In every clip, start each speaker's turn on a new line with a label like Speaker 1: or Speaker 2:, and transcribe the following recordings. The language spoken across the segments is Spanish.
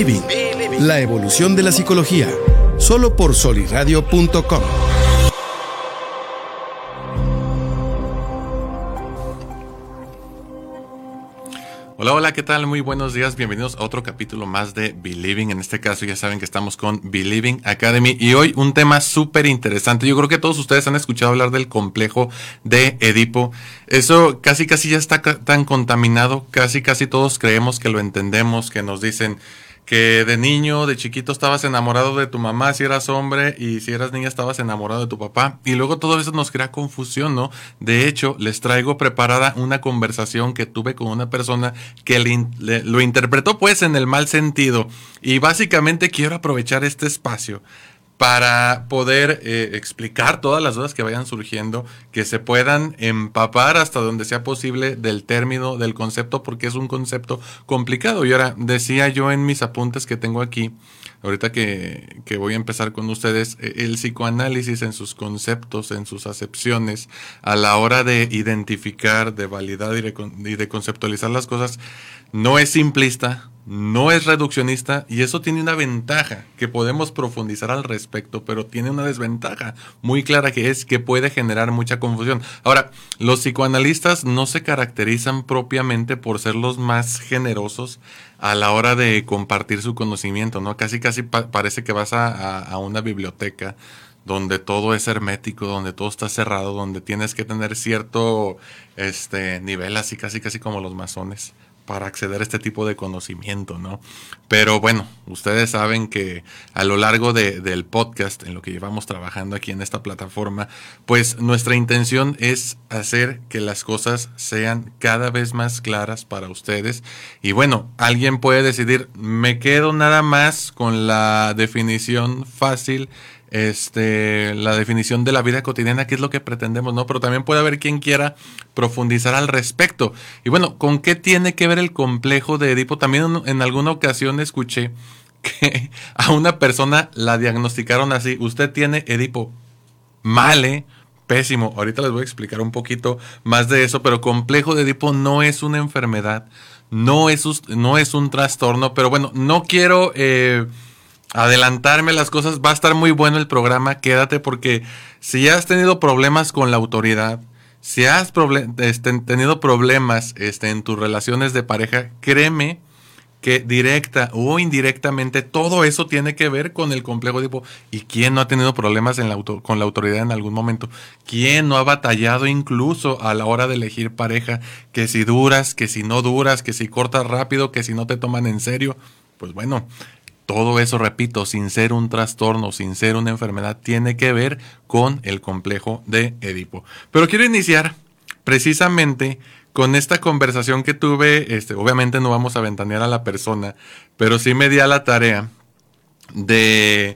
Speaker 1: Living, la evolución de la psicología, solo por solirradio.com.
Speaker 2: Hola, hola, ¿qué tal? Muy buenos días, bienvenidos a otro capítulo más de Believing. En este caso ya saben que estamos con Believing Academy y hoy un tema súper interesante. Yo creo que todos ustedes han escuchado hablar del complejo de Edipo. Eso casi ya está tan contaminado, casi todos creemos que lo entendemos, que nos dicen que de niño, de chiquito estabas enamorado de tu mamá si eras hombre y si eras niña estabas enamorado de tu papá y luego todo eso nos crea confusión, ¿no? De hecho, les traigo preparada una conversación que tuve con una persona que lo interpretó pues en el mal sentido y básicamente quiero aprovechar este espacio para poder explicar todas las dudas que vayan surgiendo, que se puedan empapar hasta donde sea posible del término, del concepto, porque es un concepto complicado. Y ahora, decía yo en mis apuntes que tengo aquí, ahorita que voy a empezar con ustedes, el psicoanálisis en sus conceptos, en sus acepciones, a la hora de identificar, de validar y de conceptualizar las cosas, no es simplista, no es reduccionista y eso tiene una ventaja que podemos profundizar al respecto, pero tiene una desventaja muy clara que es que puede generar mucha confusión. Ahora, los psicoanalistas no se caracterizan propiamente por ser los más generosos a la hora de compartir su conocimiento, ¿no? Casi parece que vas a una biblioteca donde todo es hermético, donde todo está cerrado, donde tienes que tener cierto nivel así casi como los masones para acceder a este tipo de conocimiento, ¿no? Pero bueno, ustedes saben que a lo largo del podcast, en lo que llevamos trabajando aquí en esta plataforma, pues nuestra intención es hacer que las cosas sean cada vez más claras para ustedes. Y bueno, alguien puede decidir, me quedo nada más con la definición fácil, la definición de la vida cotidiana, que es lo que pretendemos, ¿no? Pero también puede haber quien quiera profundizar al respecto. Y bueno, ¿con qué tiene que ver el complejo de Edipo? También en alguna ocasión escuché que a una persona la diagnosticaron así: usted tiene Edipo. Mal, pésimo. Ahorita les voy a explicar un poquito más de eso, pero complejo de Edipo no es una enfermedad, no es un trastorno, pero bueno, no quiero adelantarme las cosas. Va a estar muy bueno el programa, quédate, porque si has tenido problemas con la autoridad, si has tenido problemas en tus relaciones de pareja, créeme que directa o indirectamente todo eso tiene que ver con el complejo de Edipo. ¿Y quién no ha tenido problemas con la autoridad en algún momento? ¿Quién no ha batallado incluso a la hora de elegir pareja? Que si duras, que si no duras, que si cortas rápido, que si no te toman en serio. Pues bueno, todo eso, repito, sin ser un trastorno, sin ser una enfermedad, tiene que ver con el complejo de Edipo. Pero quiero iniciar precisamente con esta conversación que tuve. Obviamente no vamos a ventanear a la persona, pero sí me di a la tarea de,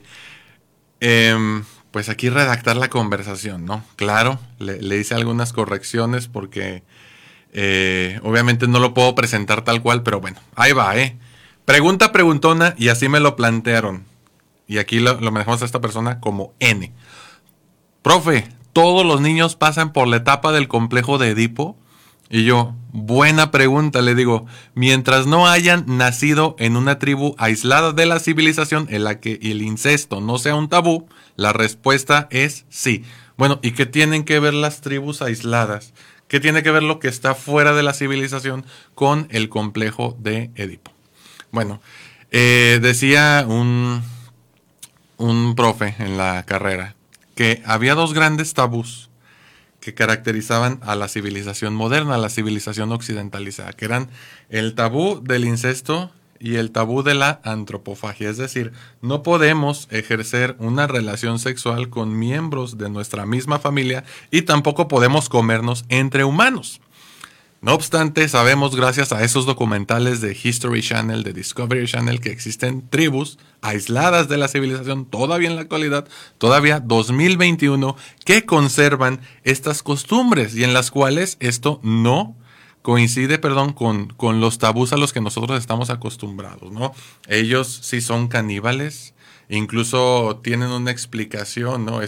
Speaker 2: pues aquí redactar la conversación, ¿no? Claro, le hice algunas correcciones porque obviamente no lo puedo presentar tal cual, pero bueno, ahí va, preguntona, y así me lo plantearon. Y aquí lo manejamos a esta persona como N. Profe, ¿todos los niños pasan por la etapa del complejo de Edipo? Y yo, buena pregunta, le digo. Mientras no hayan nacido en una tribu aislada de la civilización en la que el incesto no sea un tabú, la respuesta es sí. Bueno, ¿y qué tienen que ver las tribus aisladas? ¿Qué tiene que ver lo que está fuera de la civilización con el complejo de Edipo? Bueno, decía un profe en la carrera que había dos grandes tabús que caracterizaban a la civilización moderna, a la civilización occidentalizada, que eran el tabú del incesto y el tabú de la antropofagia. Es decir, no podemos ejercer una relación sexual con miembros de nuestra misma familia y tampoco podemos comernos entre humanos. No obstante, sabemos gracias a esos documentales de History Channel, de Discovery Channel, que existen tribus aisladas de la civilización todavía en la actualidad, todavía 2021, que conservan estas costumbres y en las cuales esto no coincide, con los tabús a los que nosotros estamos acostumbrados, ¿no? Ellos sí son caníbales, incluso tienen una explicación, ¿no?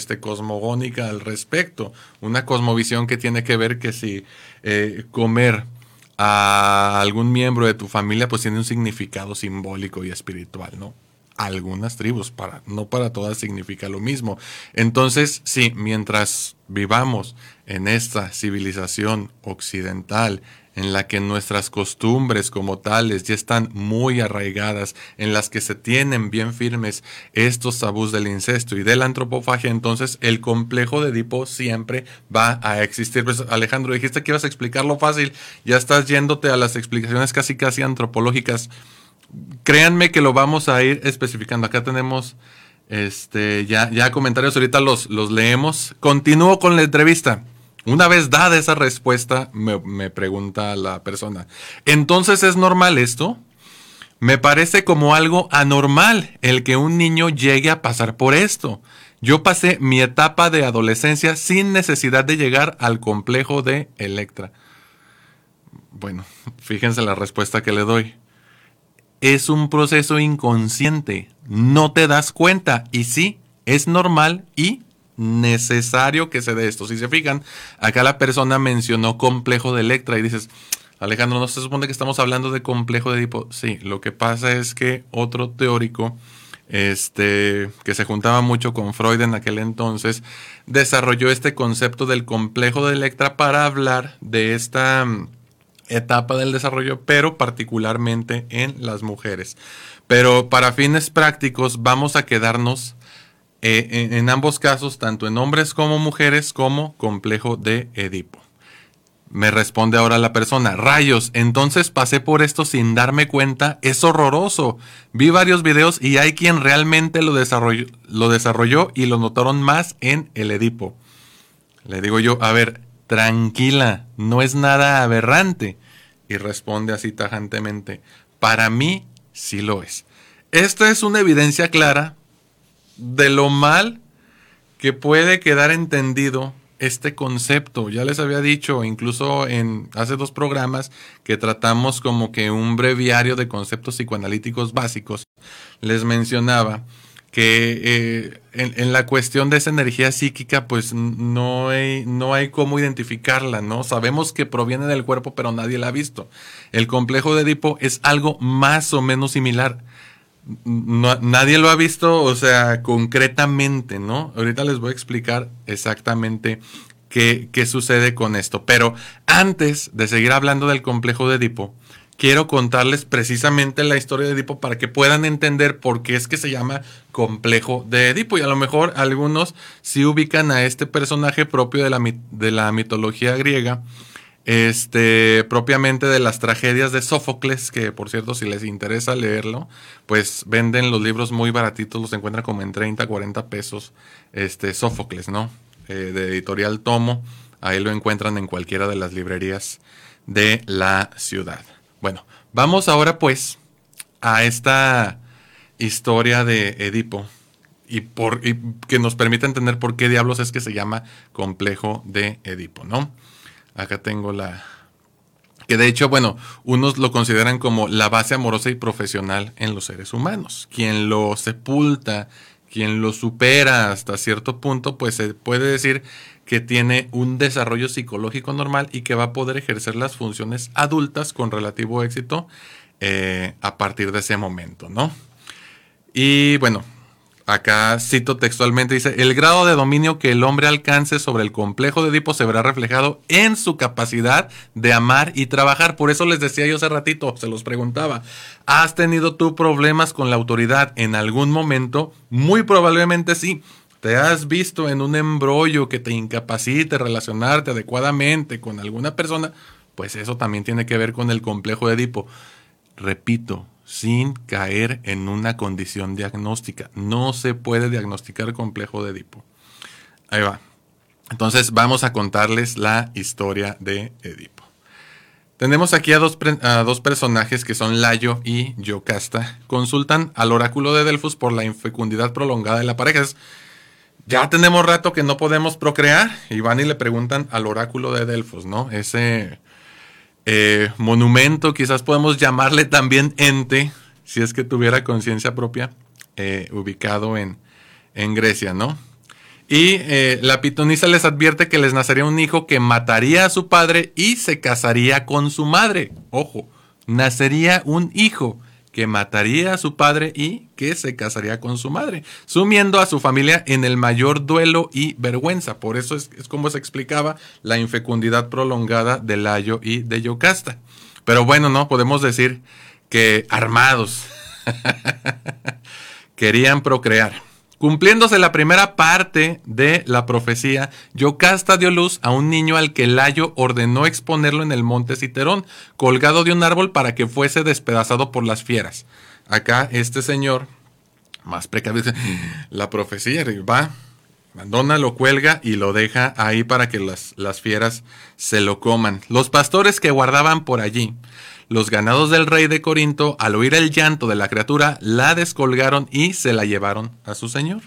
Speaker 2: Cosmogónica al respecto, una cosmovisión que tiene que ver que si comer a algún miembro de tu familia, pues tiene un significado simbólico y espiritual, ¿no? Algunas tribus, no para todas significa lo mismo. Entonces, sí, mientras vivamos en esta civilización occidental, en la que nuestras costumbres como tales ya están muy arraigadas, en las que se tienen bien firmes estos tabús del incesto y de la antropofagia, entonces el complejo de Edipo siempre va a existir. Pues, Alejandro, dijiste que ibas a explicarlo fácil, ya estás yéndote a las explicaciones casi antropológicas. Créanme que lo vamos a ir especificando. Acá tenemos ya comentarios, ahorita los leemos. Continúo con la entrevista. Una vez dada esa respuesta, me pregunta la persona, ¿entonces es normal esto? Me parece como algo anormal el que un niño llegue a pasar por esto. Yo pasé mi etapa de adolescencia sin necesidad de llegar al complejo de Electra. Bueno, fíjense la respuesta que le doy. Es un proceso inconsciente, no te das cuenta, y sí, es normal y necesario que se dé esto. Si se fijan, acá la persona mencionó complejo de Electra y dices, Alejandro, ¿no se supone que estamos hablando de complejo de Edipo? Sí, lo que pasa es que otro teórico que se juntaba mucho con Freud en aquel entonces, desarrolló este concepto del complejo de Electra para hablar de esta etapa del desarrollo, pero particularmente en las mujeres. Pero para fines prácticos vamos a quedarnos en ambos casos, tanto en hombres como mujeres, como complejo de Edipo. Me responde ahora la persona, rayos, entonces pasé por esto sin darme cuenta, es horroroso. Vi varios videos y hay quien realmente lo desarrolló y lo notaron más en el Edipo. Le digo yo, a ver, tranquila, no es nada aberrante. Y responde así tajantemente, para mí sí lo es. Esta es una evidencia clara de lo mal que puede quedar entendido este concepto. Ya les había dicho, incluso hace 2 programas, que tratamos como que un breviario de conceptos psicoanalíticos básicos. Les mencionaba que en la cuestión de esa energía psíquica, pues no hay cómo identificarla, ¿no? Sabemos que proviene del cuerpo, pero nadie la ha visto. El complejo de Edipo es algo más o menos similar. Nadie lo ha visto, o sea, concretamente, ¿no? Ahorita les voy a explicar exactamente qué sucede con esto. Pero antes de seguir hablando del complejo de Edipo, quiero contarles precisamente la historia de Edipo para que puedan entender por qué es que se llama complejo de Edipo. Y a lo mejor algunos sí ubican a este personaje propio de la mitología griega, propiamente de las tragedias de Sófocles, que por cierto, si les interesa leerlo, pues venden los libros muy baratitos, los encuentran como en 30, 40 pesos, Sófocles, ¿no? De editorial Tomo, ahí lo encuentran en cualquiera de las librerías de la ciudad. Bueno, vamos ahora pues a esta historia de Edipo y que nos permite entender por qué diablos es que se llama complejo de Edipo, ¿no? Acá tengo que de hecho, bueno, unos lo consideran como la base amorosa y profesional en los seres humanos. Quien lo sepulta, quien lo supera hasta cierto punto, pues se puede decir que tiene un desarrollo psicológico normal y que va a poder ejercer las funciones adultas con relativo éxito a partir de ese momento, ¿no? Y bueno, acá cito textualmente, dice, el grado de dominio que el hombre alcance sobre el complejo de Edipo se verá reflejado en su capacidad de amar y trabajar. Por eso les decía yo hace ratito, se los preguntaba, ¿has tenido tú problemas con la autoridad en algún momento? Muy probablemente sí. ¿Te has visto en un embrollo que te incapacite relacionarte adecuadamente con alguna persona? Pues eso también tiene que ver con el complejo de Edipo. Repito, sin caer en una condición diagnóstica. No se puede diagnosticar complejo de Edipo. Ahí va. Entonces vamos a contarles la historia de Edipo. Tenemos aquí a dos personajes que son Layo y Yocasta. Consultan al oráculo de Delfos por la infecundidad prolongada de la pareja. Ya tenemos rato que no podemos procrear y van y le preguntan al oráculo de Delfos, ¿no? Ese monumento, quizás podemos llamarle también ente, si es que tuviera conciencia propia, ubicado en Grecia, ¿no? Y la pitonisa les advierte que les nacería un hijo que mataría a su padre y se casaría con su madre. Ojo, nacería un hijo que mataría a su padre y que se casaría con su madre, sumiendo a su familia en el mayor duelo y vergüenza. Por eso es como se explicaba la infecundidad prolongada de Layo y de Yocasta. Pero bueno, no podemos decir que armados querían procrear. Cumpliéndose la primera parte de la profecía, Yocasta dio luz a un niño al que Layo ordenó exponerlo en el monte Citerón, colgado de un árbol para que fuese despedazado por las fieras. Acá este señor, más precavido, la profecía va, abandona, lo cuelga y lo deja ahí para que las fieras se lo coman. Los pastores que guardaban por allí los ganados del rey de Corinto, al oír el llanto de la criatura, la descolgaron y se la llevaron a su señor.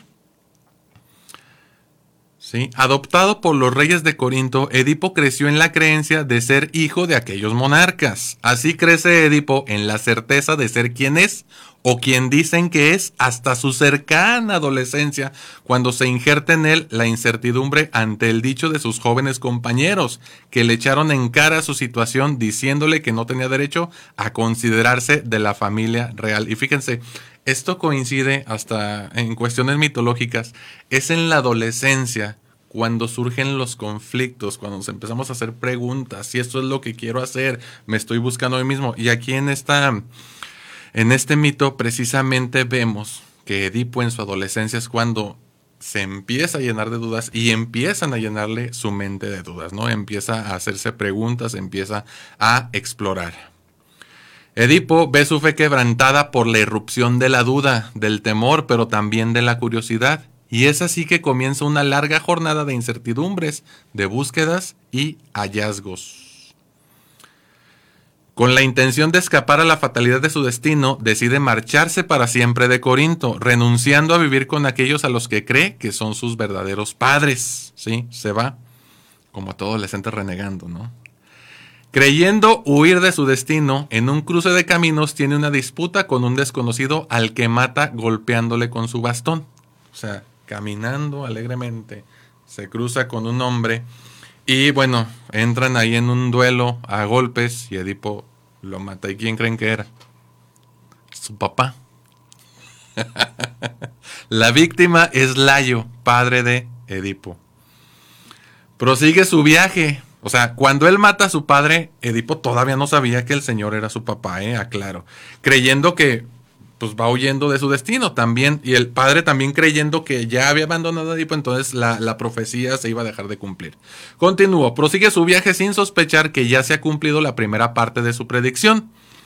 Speaker 2: ¿Sí? Adoptado por los reyes de Corinto, Edipo creció en la creencia de ser hijo de aquellos monarcas. Así crece Edipo en la certeza de ser quien es, o quien dicen que es, hasta su cercana adolescencia, cuando se injerta en él la incertidumbre ante el dicho de sus jóvenes compañeros, que le echaron en cara su situación diciéndole que no tenía derecho a considerarse de la familia real. Y fíjense, esto coincide hasta en cuestiones mitológicas, es en la adolescencia cuando surgen los conflictos, cuando nos empezamos a hacer preguntas, si esto es lo que quiero hacer, me estoy buscando hoy mismo. Y aquí en este mito precisamente vemos que Edipo en su adolescencia es cuando se empieza a llenar de dudas y empiezan a llenarle su mente de dudas, ¿no? Empieza a hacerse preguntas, empieza a explorar. Edipo ve su fe quebrantada por la irrupción de la duda, del temor, pero también de la curiosidad. Y es así que comienza una larga jornada de incertidumbres, de búsquedas y hallazgos. Con la intención de escapar a la fatalidad de su destino, decide marcharse para siempre de Corinto, renunciando a vivir con aquellos a los que cree que son sus verdaderos padres. ¿Sí? Se va, como todo adolescente renegando, ¿no? Creyendo huir de su destino, en un cruce de caminos tiene una disputa con un desconocido al que mata golpeándole con su bastón. O sea, caminando alegremente, se cruza con un hombre y bueno, entran ahí en un duelo a golpes y Edipo lo mata. ¿Y quién creen que era? Su papá. La víctima es Layo, padre de Edipo. Prosigue su viaje. O sea, cuando él mata a su padre, Edipo todavía no sabía que el señor era su papá, aclaro. Creyendo que pues va huyendo de su destino también. Y el padre también creyendo que ya había abandonado a Edipo, entonces la profecía se iba a dejar de cumplir. Continuó, prosigue su viaje sin sospechar que ya se ha cumplido la primera parte de su predicción.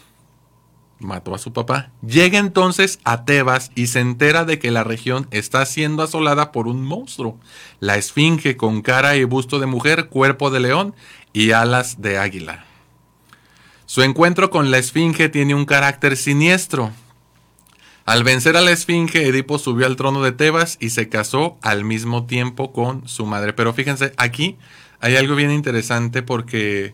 Speaker 2: Mató a su papá. Llega entonces a Tebas y se entera de que la región está siendo asolada por un monstruo, la esfinge, con cara y busto de mujer, cuerpo de león y alas de águila. Su encuentro con la esfinge tiene un carácter siniestro. Al vencer a la esfinge, Edipo subió al trono de Tebas y se casó al mismo tiempo con su madre. Pero fíjense, aquí hay algo bien interesante porque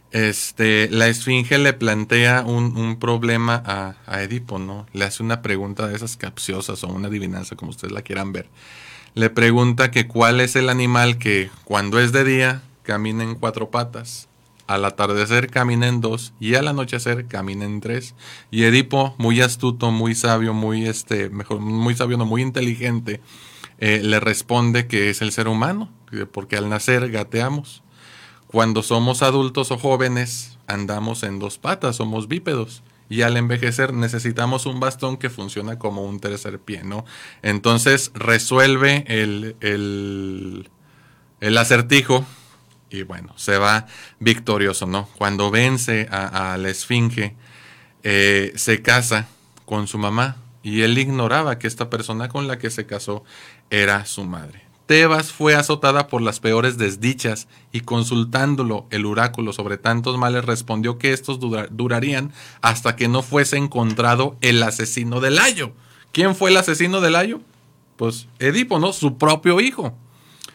Speaker 2: la esfinge le plantea un problema a Edipo, ¿no? Le hace una pregunta de esas capciosas o una adivinanza, como ustedes la quieran ver. Le pregunta que cuál es el animal que cuando es de día camina en 4 patas, al atardecer camina en 2 y al anochecer camina en 3. Y Edipo, muy astuto, muy sabio, muy sabio, no, muy inteligente, le responde que es el ser humano, porque al nacer gateamos. Cuando somos adultos o jóvenes, andamos en 2 patas, somos bípedos. Y al envejecer necesitamos un bastón que funciona como un tercer pie, ¿no? Entonces resuelve el acertijo y bueno, se va victorioso, ¿no? Cuando vence a la esfinge, se casa con su mamá y él ignoraba que esta persona con la que se casó era su madre. Tebas fue azotada por las peores desdichas y consultándolo el oráculo sobre tantos males respondió que estos durarían hasta que no fuese encontrado el asesino de Layo. ¿Quién fue el asesino de Layo? Pues Edipo, ¿no? Su propio hijo.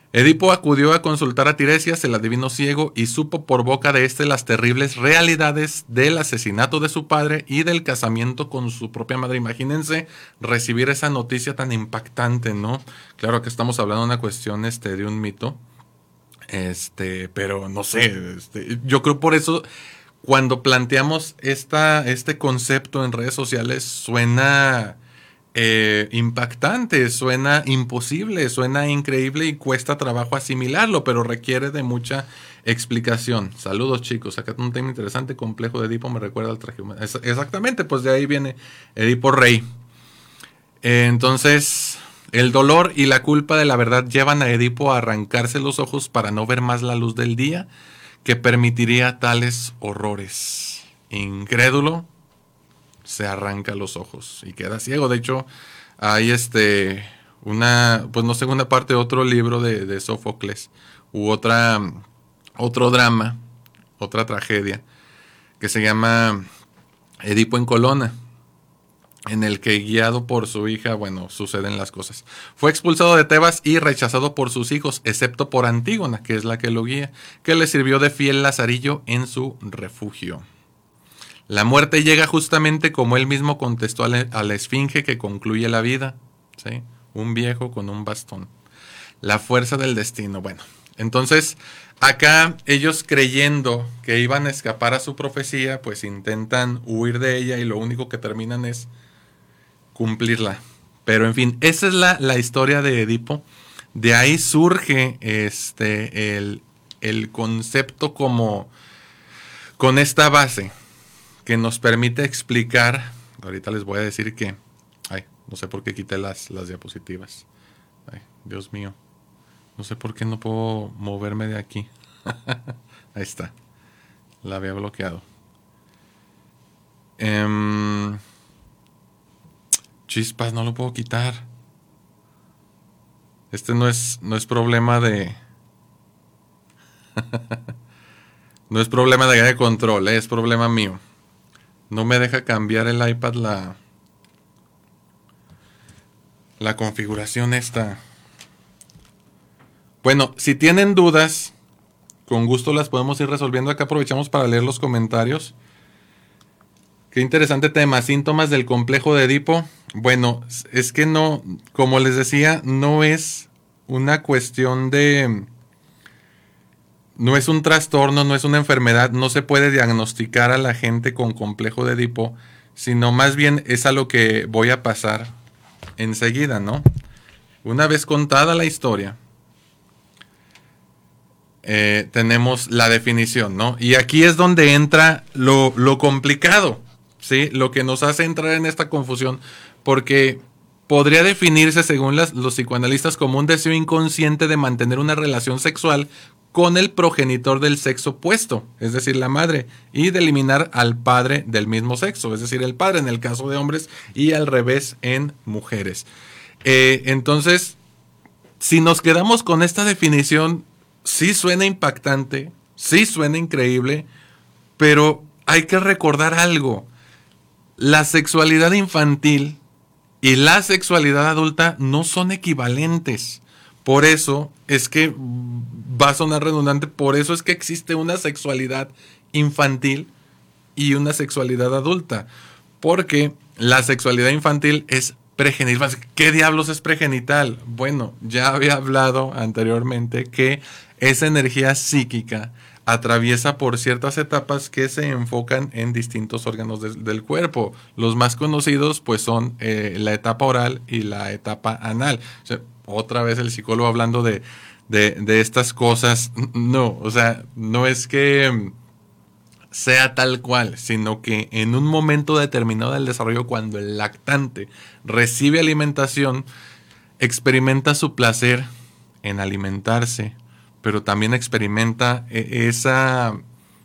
Speaker 2: Edipo acudió a consultar a Tiresias, el adivino ciego, y supo por boca de éste las terribles realidades del asesinato de su padre y del casamiento con su propia madre. Imagínense recibir esa noticia tan impactante, ¿no? Claro que estamos hablando de una cuestión de un mito, pero no sé, yo creo por eso cuando planteamos este concepto en redes sociales suena impactante, suena imposible, suena increíble y cuesta trabajo asimilarlo, pero requiere de mucha explicación. Saludos, chicos. Acá un tema interesante, complejo de Edipo, me recuerda al traje humano. Exactamente, pues de ahí viene Edipo Rey. Entonces, el dolor y la culpa de la verdad llevan a Edipo a arrancarse los ojos para no ver más la luz del día que permitiría tales horrores. Incrédulo, se arranca los ojos y queda ciego. De hecho, hay pues no sé, una parte de otro libro de Sófocles u otro drama, otra tragedia que se llama Edipo en Colona, en el que, guiado por su hija, bueno, suceden las cosas. Fue expulsado de Tebas y rechazado por sus hijos, excepto por Antígona, que es la que lo guía, que le sirvió de fiel lazarillo en su refugio. La muerte llega justamente como él mismo contestó a la esfinge que concluye la vida, ¿sí? Un viejo con un bastón. La fuerza del destino. Bueno, entonces acá ellos, creyendo que iban a escapar a su profecía, pues intentan huir de ella y lo único que terminan es cumplirla. Pero en fin, esa es la historia de Edipo. De ahí surge el concepto como con esta base que nos permite explicar. Ahorita les voy a decir que, no sé por qué quité las diapositivas. Ay, Dios mío. No sé por qué no puedo moverme de aquí. Ahí está. La había bloqueado. Chispas, no lo puedo quitar. No es problema de... no es problema de control, es problema mío. No me deja cambiar el iPad la configuración esta. Bueno, si tienen dudas, con gusto las podemos ir resolviendo. Acá aprovechamos para leer los comentarios. Qué interesante tema, síntomas del complejo de Edipo. Bueno, es que no, como les decía, no es una cuestión de... No es un trastorno, no es una enfermedad, no se puede diagnosticar a la gente con complejo de Edipo, sino más bien es a lo que voy a pasar enseguida, ¿no? Una vez contada la historia, tenemos la definición, ¿no? Y aquí es donde entra lo complicado, ¿sí? Lo que nos hace entrar en esta confusión, porque podría definirse, según los psicoanalistas, como un deseo inconsciente de mantener una relación sexual con el progenitor del sexo opuesto, es decir, la madre, y de eliminar al padre del mismo sexo, es decir, el padre en el caso de hombres y al revés en mujeres. Entonces, si nos quedamos con esta definición, sí suena impactante, sí suena increíble, pero hay que recordar algo. La sexualidad infantil y la sexualidad adulta no son equivalentes. Por eso es que, va a sonar redundante, por eso es que existe una sexualidad infantil y una sexualidad adulta. Porque la sexualidad infantil es pregenital. ¿Qué diablos es pregenital? Bueno, ya había hablado anteriormente que esa energía psíquica atraviesa por ciertas etapas que se enfocan en distintos órganos del cuerpo. Los más conocidos pues son la etapa oral y la etapa anal. O sea, otra vez el psicólogo hablando de estas cosas. No, o sea, no es que sea tal cual, sino que en un momento determinado del desarrollo, cuando el lactante recibe alimentación, experimenta su placer en alimentarse, pero también experimenta esa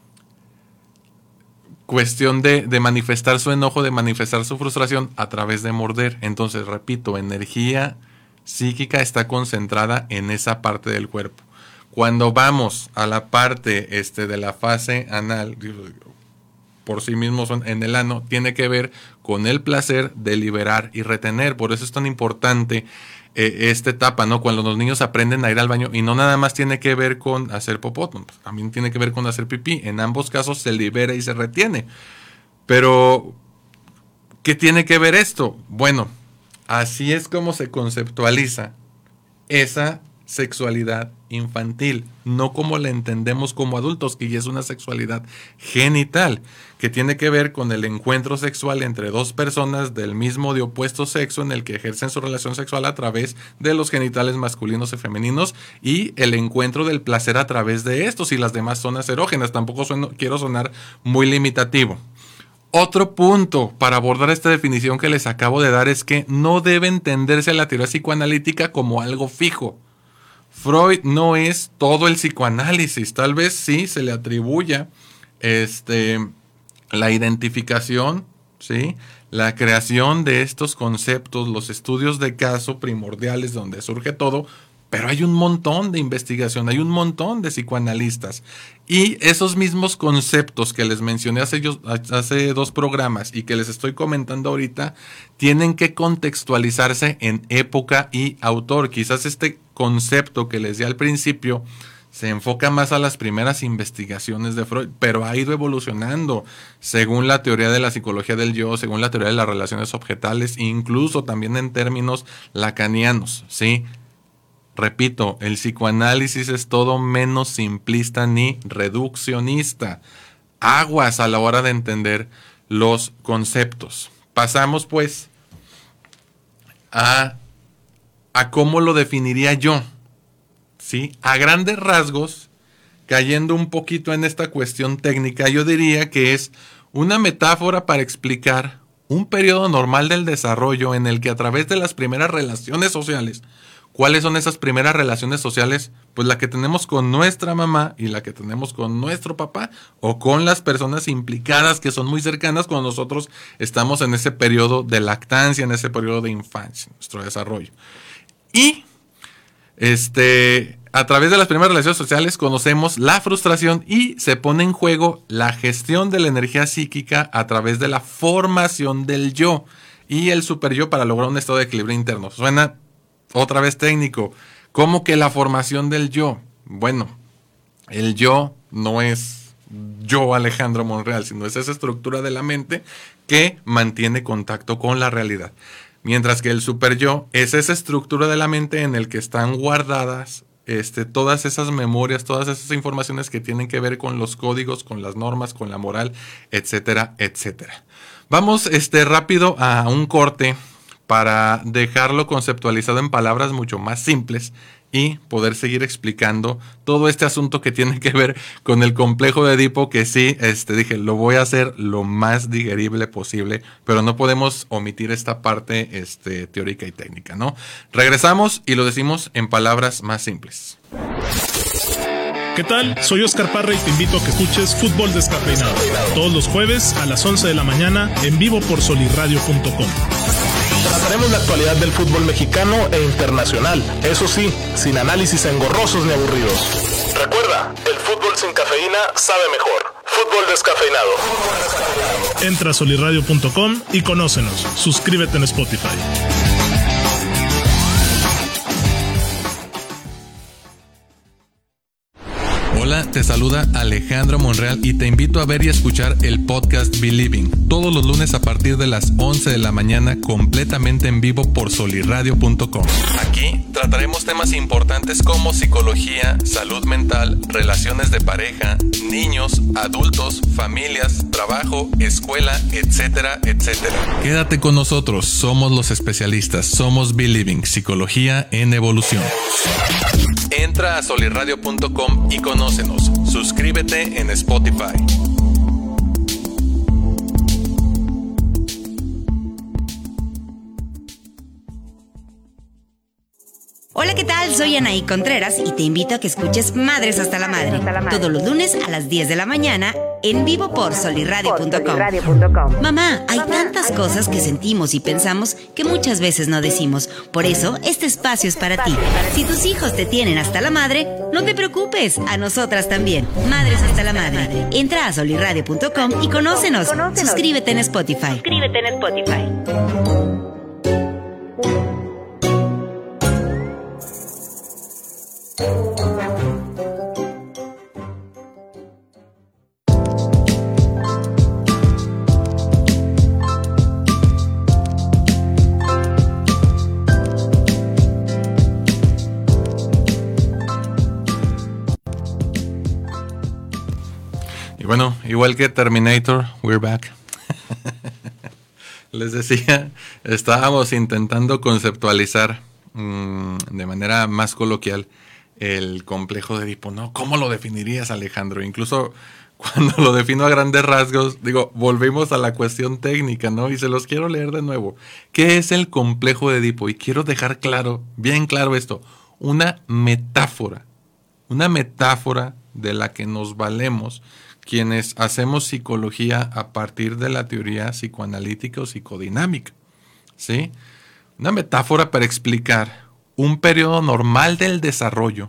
Speaker 2: cuestión de manifestar su enojo, de manifestar su frustración a través de morder. Entonces, repito, energía psíquica está concentrada en esa parte del cuerpo. Cuando vamos a la parte de la fase anal, por sí mismos son en el ano, tiene que ver con el placer de liberar y retener. Por eso es tan importante esta etapa, ¿no? Cuando los niños aprenden a ir al baño, y no nada más tiene que ver con hacer popó, también tiene que ver con hacer pipí. En ambos casos se libera y se retiene. Pero, ¿qué tiene que ver esto? Bueno, así es como se conceptualiza esa sexualidad infantil, no como la entendemos como adultos, que ya es una sexualidad genital, que tiene que ver con el encuentro sexual entre dos personas del mismo de opuesto sexo, en el que ejercen su relación sexual a través de los genitales masculinos y femeninos, y el encuentro del placer a través de estos y las demás zonas erógenas. Tampoco quiero sonar muy limitativo. Otro punto para abordar esta definición que les acabo de dar es que no debe entenderse la teoría psicoanalítica como algo fijo. Freud no es todo el psicoanálisis, tal vez sí se le atribuya la identificación, ¿sí?, la creación de estos conceptos, los estudios de caso primordiales donde surge todo, pero hay un montón de investigación, hay un montón de psicoanalistas. Y esos mismos conceptos que les mencioné hace 2 programas y que les estoy comentando ahorita, tienen que contextualizarse en época y autor. Quizás este concepto que les di al principio se enfoca más a las primeras investigaciones de Freud, pero ha ido evolucionando según la teoría de la psicología del yo, según la teoría de las relaciones objetales, incluso también en términos lacanianos, ¿sí? Repito, el psicoanálisis es todo menos simplista ni reduccionista. Aguas a la hora de entender los conceptos. Pasamos pues a cómo lo definiría yo, ¿sí? A grandes rasgos, cayendo un poquito en esta cuestión técnica, yo diría que es una metáfora para explicar un periodo normal del desarrollo en el que a través de las primeras relaciones sociales. ¿Cuáles son esas primeras relaciones sociales? Pues la que tenemos con nuestra mamá y la que tenemos con nuestro papá, o con las personas implicadas que son muy cercanas cuando nosotros estamos en ese periodo de lactancia, en ese periodo de infancia, nuestro desarrollo. Y a través de las primeras relaciones sociales conocemos la frustración y se pone en juego la gestión de la energía psíquica a través de la formación del yo y el superyo para lograr un estado de equilibrio interno. Suena otra vez técnico. ¿Cómo que la formación del yo? Bueno, el yo no es yo, Alejandro Monreal, sino es esa estructura de la mente que mantiene contacto con la realidad. Mientras que el superyo es esa estructura de la mente en el que están guardadas todas esas memorias, todas esas informaciones que tienen que ver con los códigos, con las normas, con la moral, etcétera, etcétera. Vamos rápido a un corte para dejarlo conceptualizado en palabras mucho más simples y poder seguir explicando todo este asunto que tiene que ver con el complejo de Edipo, que sí, dije, lo voy a hacer lo más digerible posible, pero no podemos omitir esta parte teórica y técnica, ¿no? Regresamos y lo decimos en palabras más simples.
Speaker 3: ¿Qué tal? Soy Oscar Parra y te invito a que escuches Fútbol Descafeinado todos los jueves a las 11 de la mañana en vivo por solirradio.com.
Speaker 4: Trataremos la actualidad del fútbol mexicano e internacional, eso sí, sin análisis engorrosos ni aburridos. Recuerda, el fútbol sin cafeína sabe mejor. Fútbol Descafeinado.
Speaker 3: Entra a solirradio.com y conócenos. Suscríbete en Spotify.
Speaker 2: Hola, te saluda Alejandro Monreal y te invito a ver y escuchar el podcast Believing todos los lunes a partir de las 11 de la mañana completamente en vivo por solirradio.com. Aquí trataremos temas importantes como psicología, salud mental, relaciones de pareja, niños, adultos, familias, trabajo, escuela, etcétera, etcétera. Quédate con nosotros, somos los especialistas, somos Believing, psicología en evolución. Entra a solirradio.com y conócenos. Suscríbete en Spotify.
Speaker 5: Hola, ¿qué tal? Soy Anaí Contreras y te invito a que escuches Madres hasta la Madre, todos los lunes a las 10 de la mañana en vivo por solirradio.com. Mamá, hay tantas cosas que sentimos y pensamos que muchas veces no decimos. Por eso, este espacio es para ti. Si tus hijos te tienen hasta la madre, no te preocupes, a nosotras también. Madres hasta la Madre. Entra a solirradio.com y conócenos. Suscríbete en Spotify.
Speaker 2: Y bueno, igual que Terminator, we're back. Les decía, estábamos intentando conceptualizar de manera más coloquial el complejo de Edipo, ¿no? ¿Cómo lo definirías, Alejandro? Incluso cuando lo defino a grandes rasgos, volvimos a la cuestión técnica, ¿no? Y se los quiero leer de nuevo. ¿Qué es el complejo de Edipo? Y quiero dejar claro, bien claro esto, una metáfora de la que nos valemos quienes hacemos psicología a partir de la teoría psicoanalítica o psicodinámica, ¿sí? Una metáfora para explicar un periodo normal del desarrollo,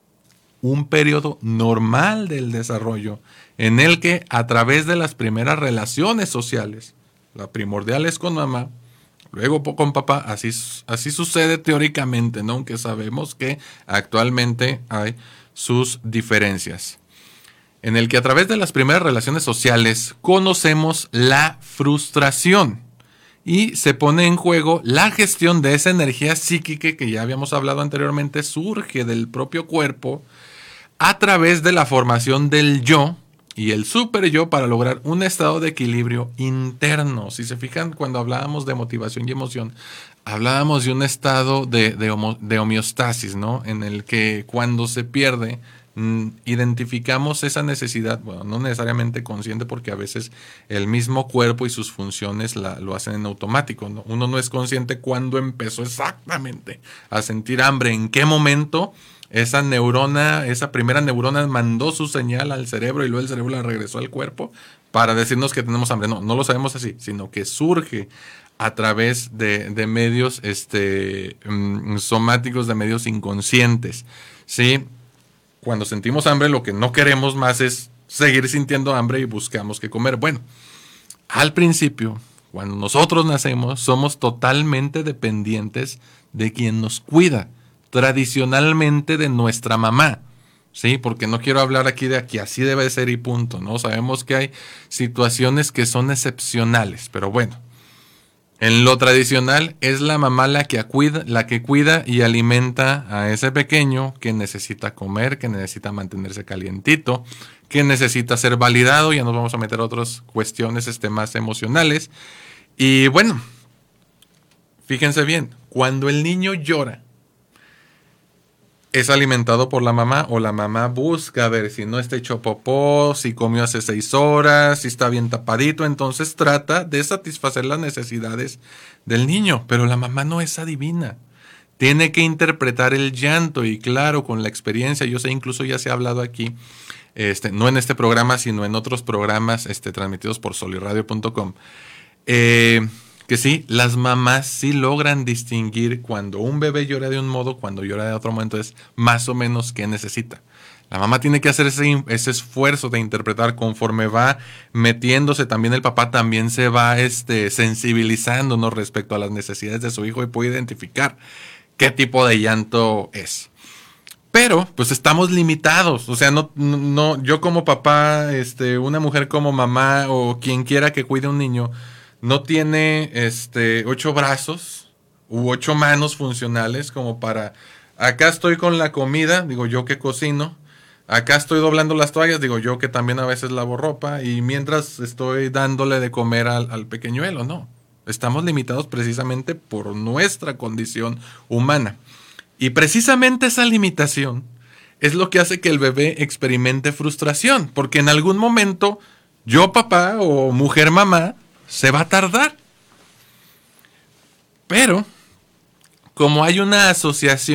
Speaker 2: en el que a través de las primeras relaciones sociales, la primordial es con mamá, luego con papá, así sucede teóricamente, ¿no? Aunque sabemos que actualmente hay sus diferencias, en el que a través de las primeras relaciones sociales conocemos la frustración y se pone en juego la gestión de esa energía psíquica que ya habíamos hablado anteriormente, surge del propio cuerpo a través de la formación del yo y el super yo para lograr un estado de equilibrio interno. Si se fijan, cuando hablábamos de motivación y emoción, hablábamos de un estado de homeostasis, ¿no? En el que cuando se pierde, identificamos esa necesidad, bueno, no necesariamente consciente, porque a veces el mismo cuerpo y sus funciones lo hacen en automático, ¿no? Uno no es consciente cuándo empezó exactamente a sentir hambre, en qué momento esa primera neurona mandó su señal al cerebro y luego el cerebro la regresó al cuerpo para decirnos que tenemos hambre. No lo sabemos así, sino que surge a través de medios somáticos, de medios inconscientes, ¿sí? Cuando sentimos hambre, lo que no queremos más es seguir sintiendo hambre y buscamos qué comer. Bueno, al principio, cuando nosotros nacemos, somos totalmente dependientes de quien nos cuida, tradicionalmente de nuestra mamá, ¿sí? Porque no quiero hablar aquí de que así debe ser y punto, ¿no? Sabemos que hay situaciones que son excepcionales, pero bueno. En lo tradicional es la mamá la que cuida y alimenta a ese pequeño que necesita comer, que necesita mantenerse calientito, que necesita ser validado. Ya nos vamos a meter a otras cuestiones más emocionales. Y bueno, fíjense bien, cuando el niño llora, es alimentado por la mamá o la mamá busca ver si no está hecho popó, si comió hace 6 horas, si está bien tapadito, entonces trata de satisfacer las necesidades del niño, pero la mamá no es adivina. Tiene que interpretar el llanto y claro, con la experiencia, yo sé, incluso ya se ha hablado aquí, no en este programa, sino en otros programas transmitidos por solirradio.com, que sí, las mamás sí logran distinguir cuando un bebé llora de un modo, cuando llora de otro modo, entonces más o menos qué necesita. La mamá tiene que hacer ese esfuerzo de interpretar conforme va metiéndose. También el papá también se va sensibilizando, ¿no? Respecto a las necesidades de su hijo y puede identificar qué tipo de llanto es. Pero, pues estamos limitados. O sea, no, yo como papá, una mujer como mamá o quien quiera que cuide a un niño, no tiene 8 brazos u 8 manos funcionales como para, acá estoy con la comida, digo yo que cocino, acá estoy doblando las toallas, digo yo que también a veces lavo ropa, y mientras estoy dándole de comer al pequeñuelo, no. Estamos limitados precisamente por nuestra condición humana. Y precisamente esa limitación es lo que hace que el bebé experimente frustración, porque en algún momento yo, papá o mujer mamá, se va a tardar. Pero, como hay una asociación,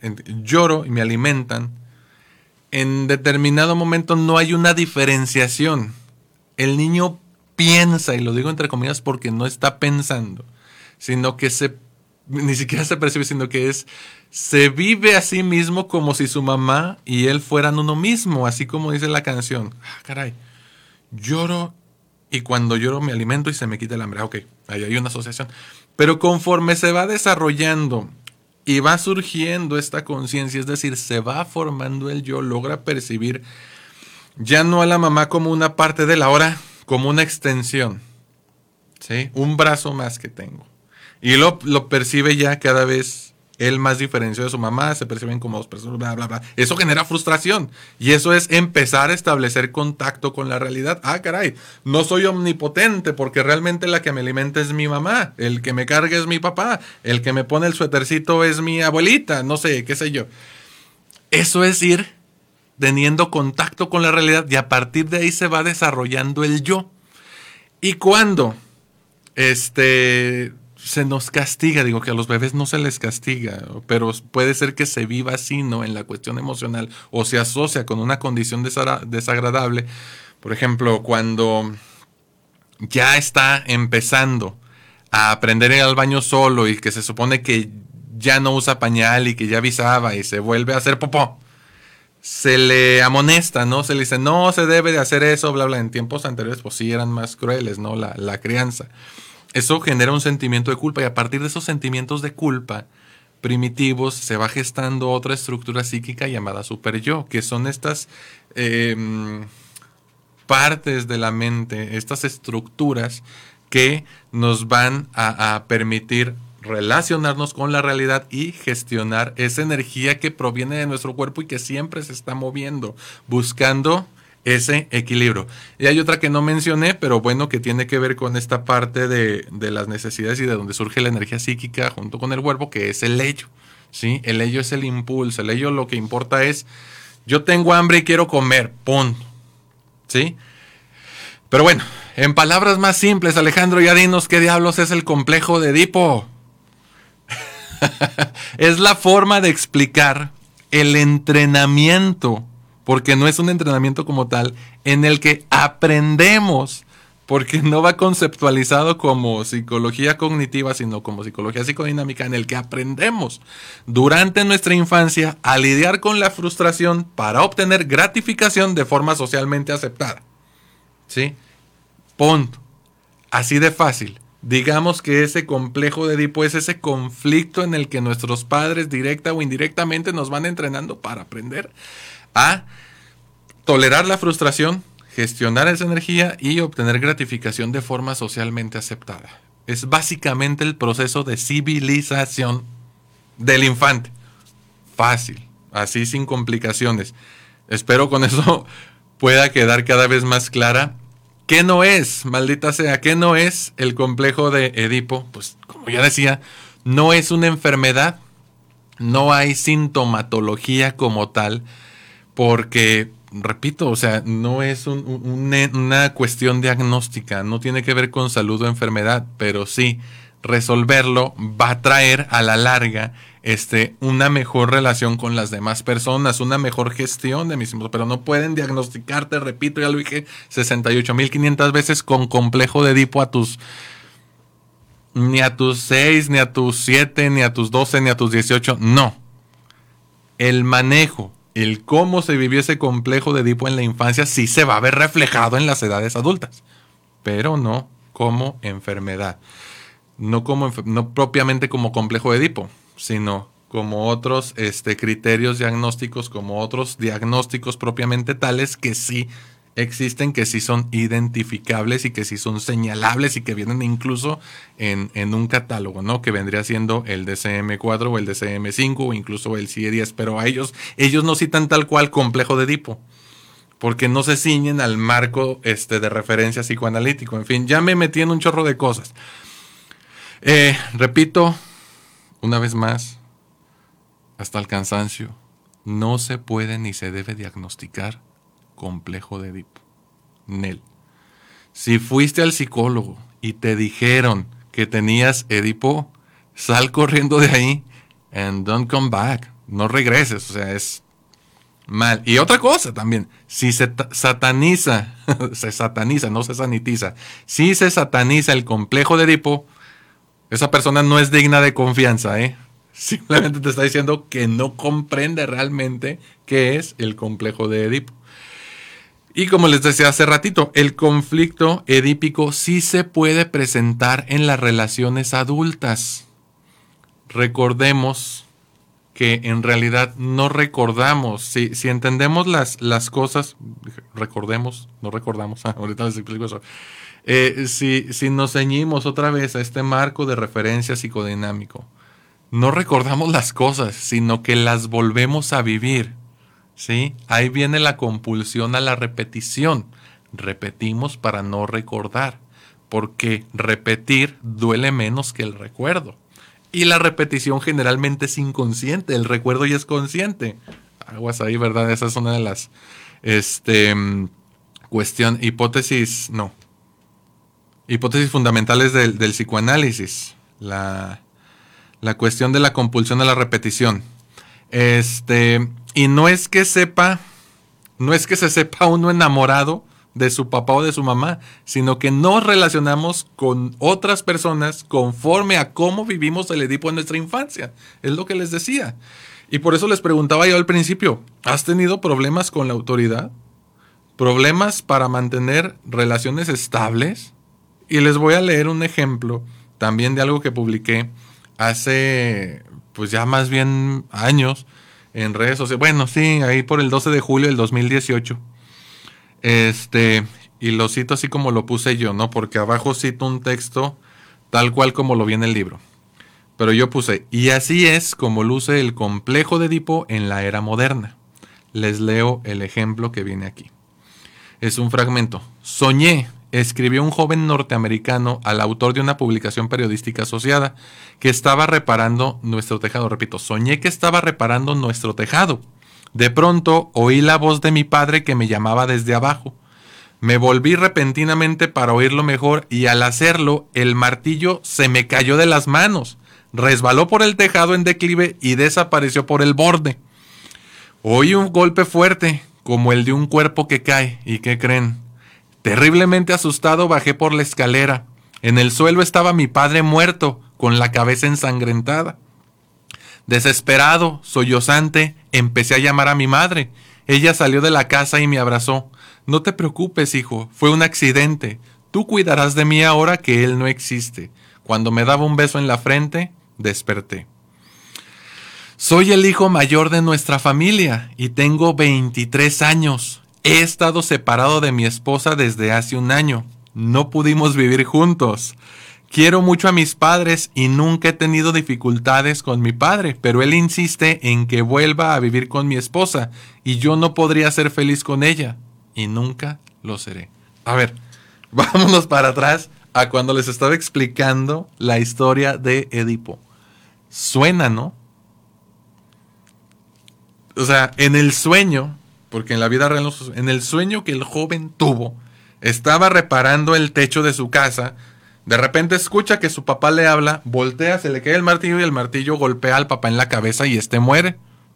Speaker 2: lloro y me alimentan, en determinado momento no hay una diferenciación. El niño piensa, y lo digo entre comillas porque no está pensando, sino que ni siquiera se percibe, sino que se vive a sí mismo como si su mamá y él fueran uno mismo, así como dice la canción. Caray, lloro y cuando lloro me alimento y se me quita el hambre. Ok, ahí hay una asociación. Pero conforme se va desarrollando y va surgiendo esta conciencia, es decir, se va formando el yo, logra percibir ya no a la mamá como una parte de él, ahora como una extensión, ¿sí? Un brazo más que tengo. Y lo percibe ya cada vez él más diferenciado de su mamá, se perciben como dos personas, bla, bla, bla. Eso genera frustración. Y eso es empezar a establecer contacto con la realidad. Caray, no soy omnipotente porque realmente la que me alimenta es mi mamá. El que me carga es mi papá. El que me pone el suétercito es mi abuelita. No sé, qué sé yo. Eso es ir teniendo contacto con la realidad y a partir de ahí se va desarrollando el yo. Y cuando se nos castiga, digo que a los bebés no se les castiga, pero puede ser que se viva así, ¿no? En la cuestión emocional o se asocia con una condición desagradable. Por ejemplo, cuando ya está empezando a aprender a ir al baño solo y que se supone que ya no usa pañal y que ya avisaba y se vuelve a hacer popó, se le amonesta, ¿no? Se le dice, no se debe de hacer eso, bla, bla. En tiempos anteriores, pues sí, eran más crueles, ¿no? La crianza. Eso genera un sentimiento de culpa y a partir de esos sentimientos de culpa primitivos se va gestando otra estructura psíquica llamada superyo, que son estas partes de la mente, estas estructuras que nos van a permitir relacionarnos con la realidad y gestionar esa energía que proviene de nuestro cuerpo y que siempre se está moviendo, buscando ese equilibrio. Y hay otra que no mencioné, pero bueno, que tiene que ver con esta parte de las necesidades y de donde surge la energía psíquica junto con el cuerpo, que es el ello, ¿sí? El ello es el impulso, el ello lo que importa es, yo tengo hambre y quiero comer, punto, ¿sí? Pero bueno, en palabras más simples, Alejandro, ya dinos qué diablos es el complejo de Edipo. Es la forma de explicar el entrenamiento, porque no es un entrenamiento como tal, en el que aprendemos, porque no va conceptualizado como psicología cognitiva, sino como psicología psicodinámica, en el que aprendemos durante nuestra infancia a lidiar con la frustración para obtener gratificación de forma socialmente aceptada. ¿Sí? Punto. Así de fácil. Digamos que ese complejo de Edipo es ese conflicto en el que nuestros padres directa o indirectamente nos van entrenando para aprender a tolerar la frustración, gestionar esa energía y obtener gratificación de forma socialmente aceptada. Es básicamente el proceso de civilización del infante. Fácil, así sin complicaciones. Espero con eso pueda quedar cada vez más clara. ¿Qué no es, maldita sea? ¿Qué no es el complejo de Edipo? Pues como ya decía, no es una enfermedad, no hay sintomatología como tal, porque, repito, o sea, no es una cuestión diagnóstica, no tiene que ver con salud o enfermedad, pero sí, resolverlo va a traer a la larga una mejor relación con las demás personas, una mejor gestión de mis pero no pueden diagnosticarte, repito, ya lo dije 68,500 veces, con complejo de Edipo ni a tus 6, ni a tus 7, ni a tus 12, ni a tus 18, no. El manejo, el cómo se vivió ese complejo de Edipo en la infancia sí se va a ver reflejado en las edades adultas, pero no como enfermedad. No propiamente como complejo de Edipo, sino como otros criterios diagnósticos, como otros diagnósticos propiamente tales que sí existen, que sí son identificables y que sí son señalables y que vienen incluso en un catálogo, ¿no? Que vendría siendo el DSM-4 o el DSM-5 o incluso el CIE-10, pero a ellos no citan tal cual complejo de Edipo, porque no se ciñen al marco de referencia psicoanalítico. En fin, ya me metí en un chorro de cosas. Repito, una vez más, hasta el cansancio, no se puede ni se debe diagnosticar complejo de Edipo. Nel. Si fuiste al psicólogo y te dijeron que tenías Edipo, sal corriendo de ahí and don't come back. no regreses, o sea, es mal. Y otra cosa también, si se sataniza, no se sanitiza, si se sataniza el complejo de Edipo, esa persona no es digna de confianza, ¿eh? Simplemente te está diciendo que no comprende realmente qué es el complejo de Edipo. Y como les decía hace ratito, el conflicto edípico sí se puede presentar en las relaciones adultas. Recordemos que en realidad no recordamos. Si entendemos las cosas, recordemos, no recordamos, ahorita les explico eso. Si nos ceñimos otra vez a este marco de referencia psicodinámico, no recordamos las cosas, sino que las volvemos a vivir. ¿Sí? Ahí viene la compulsión a la repetición. Repetimos para no recordar, porque repetir duele menos que el recuerdo. Y la repetición generalmente es inconsciente, el recuerdo ya es consciente. Aguas ahí, ¿verdad? Esa es una de las hipótesis fundamentales del psicoanálisis. La cuestión de la compulsión a la repetición. Y no es que se sepa uno enamorado de su papá o de su mamá, sino que nos relacionamos con otras personas conforme a cómo vivimos el Edipo en nuestra infancia. Es lo que les decía. Y por eso les preguntaba yo al principio, ¿has tenido problemas con la autoridad? ¿Problemas para mantener relaciones estables? Y les voy a leer un ejemplo también de algo que publiqué hace, pues ya más bien años, en redes sociales. Bueno, sí, ahí por el 12 de julio del 2018. Y lo cito así como lo puse yo, ¿no? Porque abajo cito un texto tal cual como lo vi en el libro. Pero yo puse, y así es como luce el complejo de Edipo en la era moderna. Les leo el ejemplo que viene aquí. Es un fragmento. Soñé, escribió un joven norteamericano al autor de una publicación periodística asociada, que estaba reparando nuestro tejado. Repito, soñé que estaba reparando nuestro tejado. De pronto oí la voz de mi padre que me llamaba desde abajo. Me volví repentinamente para oírlo mejor y al hacerlo el martillo se me cayó de las manos, resbaló por el tejado en declive y desapareció por el borde. Oí un golpe fuerte, como el de un cuerpo que cae. ¿Y qué creen? Terriblemente asustado bajé por la escalera. En el suelo estaba mi padre muerto, con la cabeza ensangrentada. Desesperado, sollozante, empecé a llamar a mi madre. Ella salió de la casa y me abrazó. No te preocupes, hijo, fue un accidente. Tú cuidarás de mí ahora que él no existe. Cuando me daba un beso en la frente, desperté. Soy el hijo mayor de nuestra familia y tengo 23 años. He estado separado de mi esposa desde hace un año. No pudimos vivir juntos. Quiero mucho a mis padres y nunca he tenido dificultades con mi padre, pero él insiste en que vuelva a vivir con mi esposa y yo no podría ser feliz con ella y nunca lo seré. A ver, vámonos para atrás a cuando les estaba explicando la historia de Edipo. Suena, ¿no? O sea, en el sueño, porque en la vida real, en el sueño que el joven tuvo, estaba reparando el techo de su casa. De repente escucha que su papá le habla, voltea, se le cae el martillo y el martillo golpea al papá en la cabeza y muere.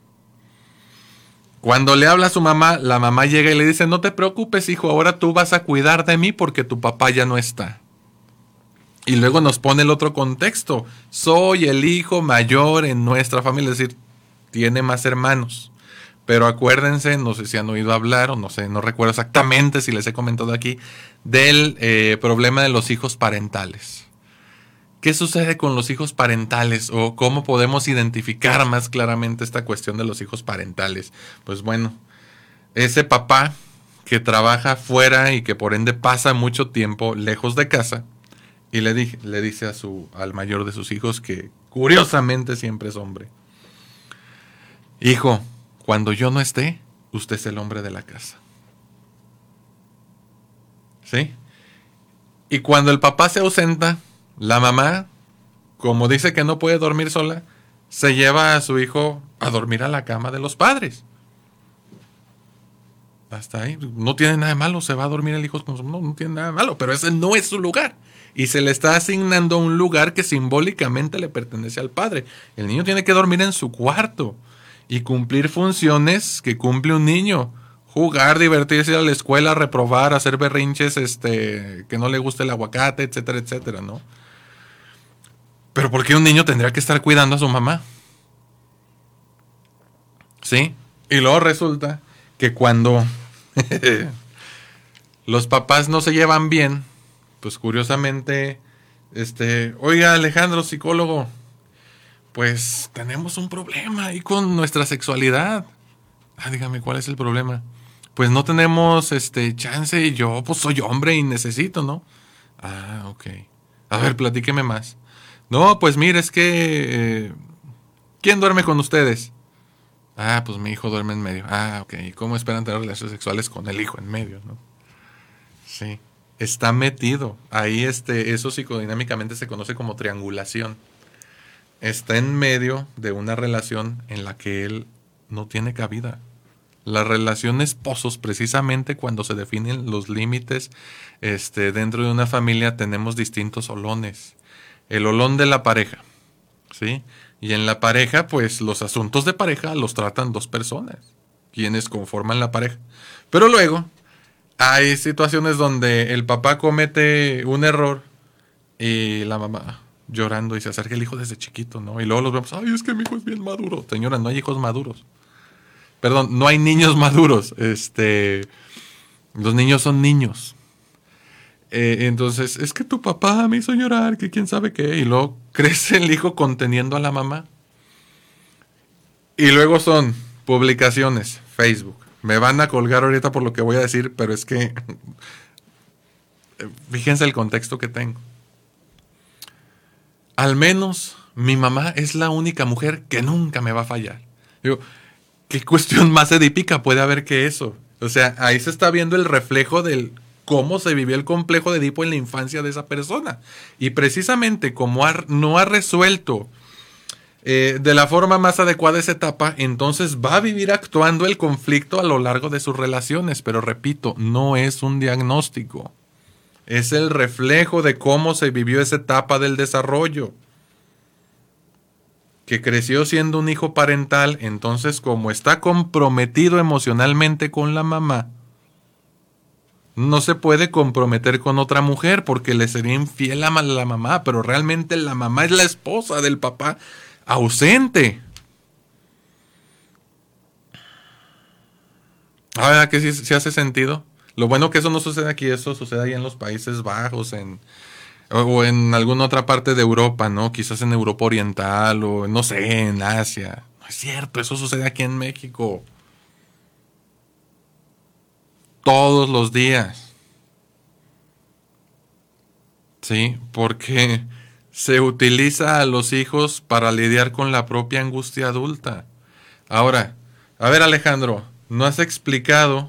Speaker 2: Cuando le habla a su mamá, la mamá llega y le dice, no te preocupes, hijo, ahora tú vas a cuidar de mí porque tu papá ya no está. Y luego nos pone el otro contexto. Soy el hijo mayor en nuestra familia, es decir, tiene más hermanos. Pero acuérdense, no sé si han oído hablar o no sé, no recuerdo exactamente si les he comentado aquí, del problema de los hijos parentales. ¿Qué sucede con los hijos parentales o cómo podemos identificar más claramente esta cuestión de los hijos parentales? Pues bueno, ese papá que trabaja fuera y que por ende pasa mucho tiempo lejos de casa y le dice al mayor de sus hijos, que curiosamente siempre es hombre: hijo, cuando yo no esté, usted es el hombre de la casa. ¿Sí? Y cuando el papá se ausenta, la mamá, como dice que no puede dormir sola, se lleva a su hijo a dormir a la cama de los padres. Hasta ahí. No tiene nada de malo, se va a dormir el hijo con su... No tiene nada de malo, pero ese no es su lugar. Y se le está asignando un lugar que simbólicamente le pertenece al padre. El niño tiene que dormir en su cuarto. y cumplir funciones que cumple un niño. Jugar, divertirse, ir a la escuela, reprobar, hacer berrinches, que no le guste el aguacate, etcétera, etcétera, ¿no? Pero ¿por qué un niño tendría que estar cuidando a su mamá? ¿Sí? Y luego resulta que cuando los papás no se llevan bien, pues curiosamente, oiga, Alejandro, psicólogo, pues tenemos un problema ahí con nuestra sexualidad. Dígame, ¿cuál es el problema? Pues no tenemos chance y yo pues soy hombre y necesito, ¿no? Ok. A ver, platíqueme más. No, pues mire, es que ¿quién duerme con ustedes? Pues mi hijo duerme en medio. Ok. ¿Y cómo esperan tener relaciones sexuales con el hijo en medio, no? Sí. Está metido. Ahí eso psicodinámicamente se conoce como triangulación. Está en medio de una relación en la que él no tiene cabida. La relación esposos, precisamente cuando se definen los límites dentro de una familia, tenemos distintos olones. El olón de la pareja, ¿sí? Y en la pareja, pues los asuntos de pareja los tratan dos personas, quienes conforman la pareja. Pero luego hay situaciones donde el papá comete un error y la mamá llorando y se acerca el hijo desde chiquito, ¿no? Y luego los vemos, es que mi hijo es bien maduro. Señora, no hay hijos maduros. Perdón, no hay niños maduros. Los niños son niños. Entonces, es que tu papá me hizo llorar, que quién sabe qué. Y luego crece el hijo conteniendo a la mamá. Y luego son publicaciones, Facebook. Me van a colgar ahorita por lo que voy a decir, pero es que fíjense el contexto que tengo. Al menos mi mamá es la única mujer que nunca me va a fallar. Digo, ¿qué cuestión más edípica puede haber que eso? O sea, ahí se está viendo el reflejo del cómo se vivió el complejo de Edipo en la infancia de esa persona. Y precisamente como no ha resuelto de la forma más adecuada esa etapa, entonces va a vivir actuando el conflicto a lo largo de sus relaciones. Pero repito, no es un diagnóstico. Es el reflejo de cómo se vivió esa etapa del desarrollo. Que creció siendo un hijo parental, entonces como está comprometido emocionalmente con la mamá, no se puede comprometer con otra mujer porque le sería infiel a la mamá, pero realmente la mamá es la esposa del papá ausente. ¿Verdad que sí hace sentido? Lo bueno que eso no sucede aquí, eso sucede ahí en los Países Bajos, o en alguna otra parte de Europa, ¿no? Quizás en Europa Oriental o no sé, en Asia. No es cierto, eso sucede aquí en México. Todos los días. Sí, porque se utiliza a los hijos para lidiar con la propia angustia adulta. Ahora, a ver, Alejandro, no has explicado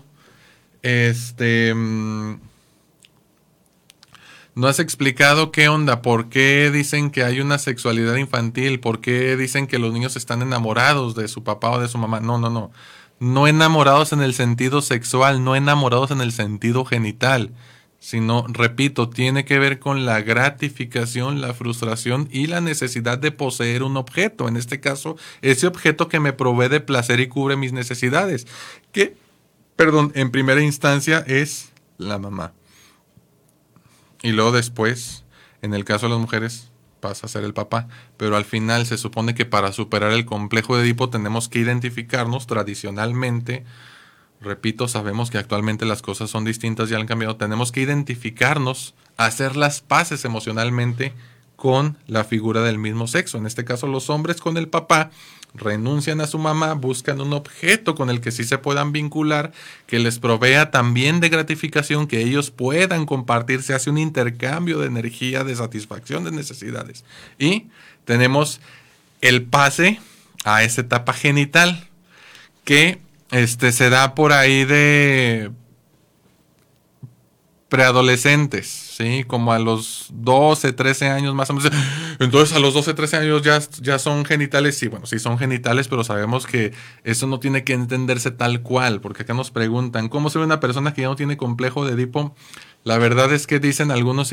Speaker 2: no has explicado qué onda, por qué dicen que hay una sexualidad infantil, por qué dicen que los niños están enamorados de su papá o de su mamá. No. No enamorados en el sentido sexual, no enamorados en el sentido genital, sino, repito, tiene que ver con la gratificación, la frustración y la necesidad de poseer un objeto. En este caso, ese objeto que me provee de placer y cubre mis necesidades, que, en primera instancia es la mamá. Y luego después, en el caso de las mujeres, pasa a ser el papá. Pero al final se supone que para superar el complejo de Edipo tenemos que identificarnos tradicionalmente. Repito, sabemos que actualmente las cosas son distintas y han cambiado. Tenemos que identificarnos, hacer las paces emocionalmente con la figura del mismo sexo. En este caso, los hombres con el papá renuncian a su mamá, buscan un objeto con el que sí se puedan vincular, que les provea también de gratificación, que ellos puedan compartir, se hace un intercambio de energía, de satisfacción de necesidades. Y tenemos el pase a esa etapa genital, que se da por ahí de preadolescentes, ¿sí? Como a los 12, 13 años más o menos. Entonces a los 12, 13 años ya son genitales. Sí, bueno, sí son genitales, pero sabemos que eso no tiene que entenderse tal cual, porque acá nos preguntan, ¿cómo se ve una persona que ya no tiene complejo de Edipo? La verdad es que dicen algunos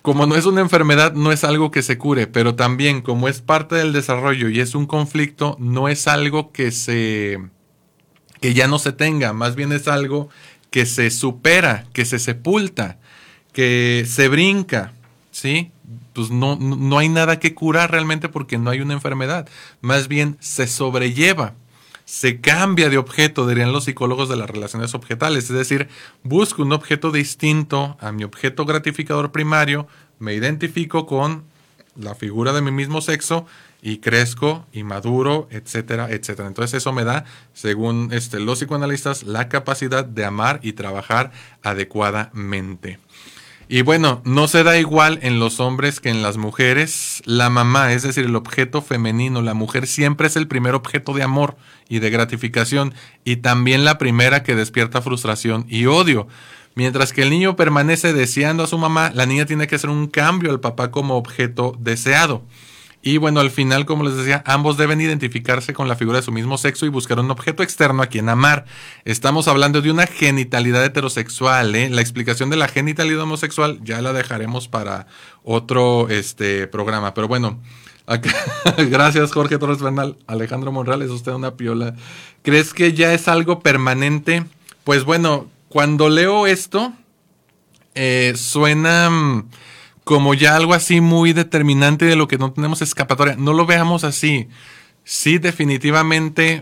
Speaker 2: como no es una enfermedad, no es algo que se cure, pero también como es parte del desarrollo y es un conflicto, no es algo que ya no se tenga, más bien es algo que se supera, que se sepulta, que se brinca, ¿sí? Pues no hay nada que curar realmente porque no hay una enfermedad, más bien se sobrelleva. Se cambia de objeto, dirían los psicólogos de las relaciones objetales, es decir, busco un objeto distinto a mi objeto gratificador primario, me identifico con la figura de mi mismo sexo y crezco y maduro, etcétera, etcétera. Entonces eso me da, según los psicoanalistas, la capacidad de amar y trabajar adecuadamente. Y bueno, no se da igual en los hombres que en las mujeres. La mamá, es decir, el objeto femenino, la mujer siempre es el primer objeto de amor y de gratificación y también la primera que despierta frustración y odio. Mientras que el niño permanece deseando a su mamá, la niña tiene que hacer un cambio al papá como objeto deseado. Y bueno, al final, como les decía, ambos deben identificarse con la figura de su mismo sexo y buscar un objeto externo a quien amar. Estamos hablando de una genitalidad heterosexual, ¿eh? La explicación de la genitalidad homosexual ya la dejaremos para otro programa. Pero bueno, acá, gracias Jorge Torres Bernal. Alejandro Monreal, es usted una piola. ¿Crees que ya es algo permanente? Pues bueno, cuando leo esto, suena como ya algo así muy determinante de lo que no tenemos escapatoria. No lo veamos así. Sí, definitivamente,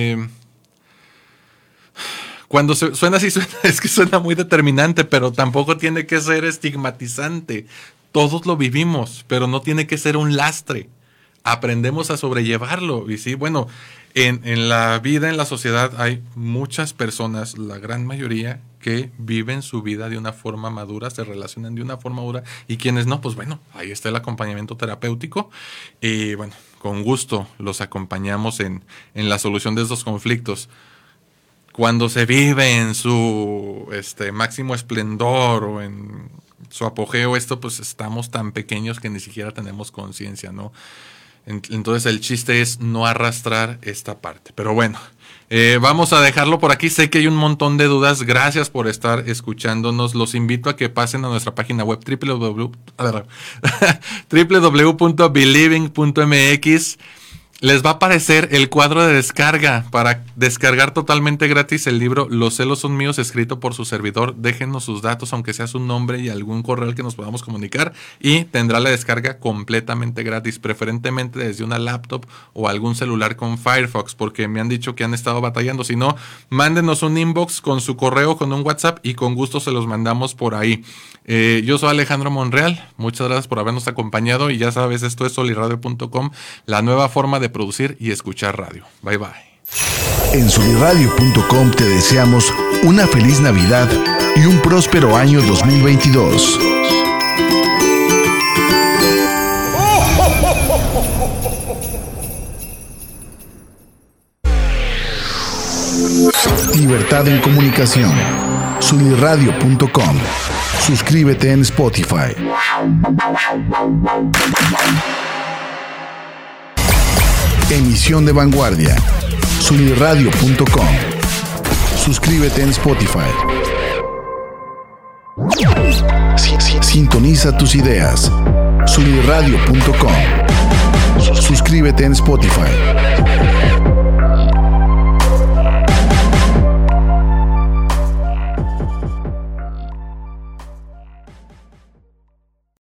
Speaker 2: cuando suena así, es que suena muy determinante, pero tampoco tiene que ser estigmatizante. Todos lo vivimos, pero no tiene que ser un lastre. Aprendemos a sobrellevarlo. Y sí, bueno, en la vida, en la sociedad, hay muchas personas, la gran mayoría, que viven su vida de una forma madura, se relacionan de una forma madura, y quienes no, pues bueno, ahí está el acompañamiento terapéutico, y bueno, con gusto los acompañamos en la solución de estos conflictos. Cuando se vive en su máximo esplendor o en su apogeo, pues estamos tan pequeños que ni siquiera tenemos conciencia, ¿no? Entonces el chiste es no arrastrar esta parte. Pero bueno, vamos a dejarlo por aquí. Sé que hay un montón de dudas. Gracias por estar escuchándonos. Los invito a que pasen a nuestra página web www.believing.mx. Les va a aparecer el cuadro de descarga para descargar totalmente gratis el libro Los celos son míos, escrito por su servidor. Déjenos sus datos, aunque sea su nombre y algún correo al que nos podamos comunicar, y tendrá la descarga completamente gratis, preferentemente desde una laptop o algún celular con Firefox, porque me han dicho que han estado batallando. Si no, mándenos un inbox con su correo, con un WhatsApp, y con gusto se los mandamos por ahí. Yo soy Alejandro Monreal, muchas gracias por habernos acompañado, y ya sabes, esto es solirradio.com, la nueva forma de producir y escuchar radio. Bye bye.
Speaker 1: En solirradio.com te deseamos una feliz Navidad y un próspero año 2022. Libertad en comunicación. solirradio.com. Suscríbete en Spotify. Emisión de vanguardia. solirradio.com. Suscríbete en Spotify. Sintoniza tus ideas. solirradio.com. Suscríbete en Spotify.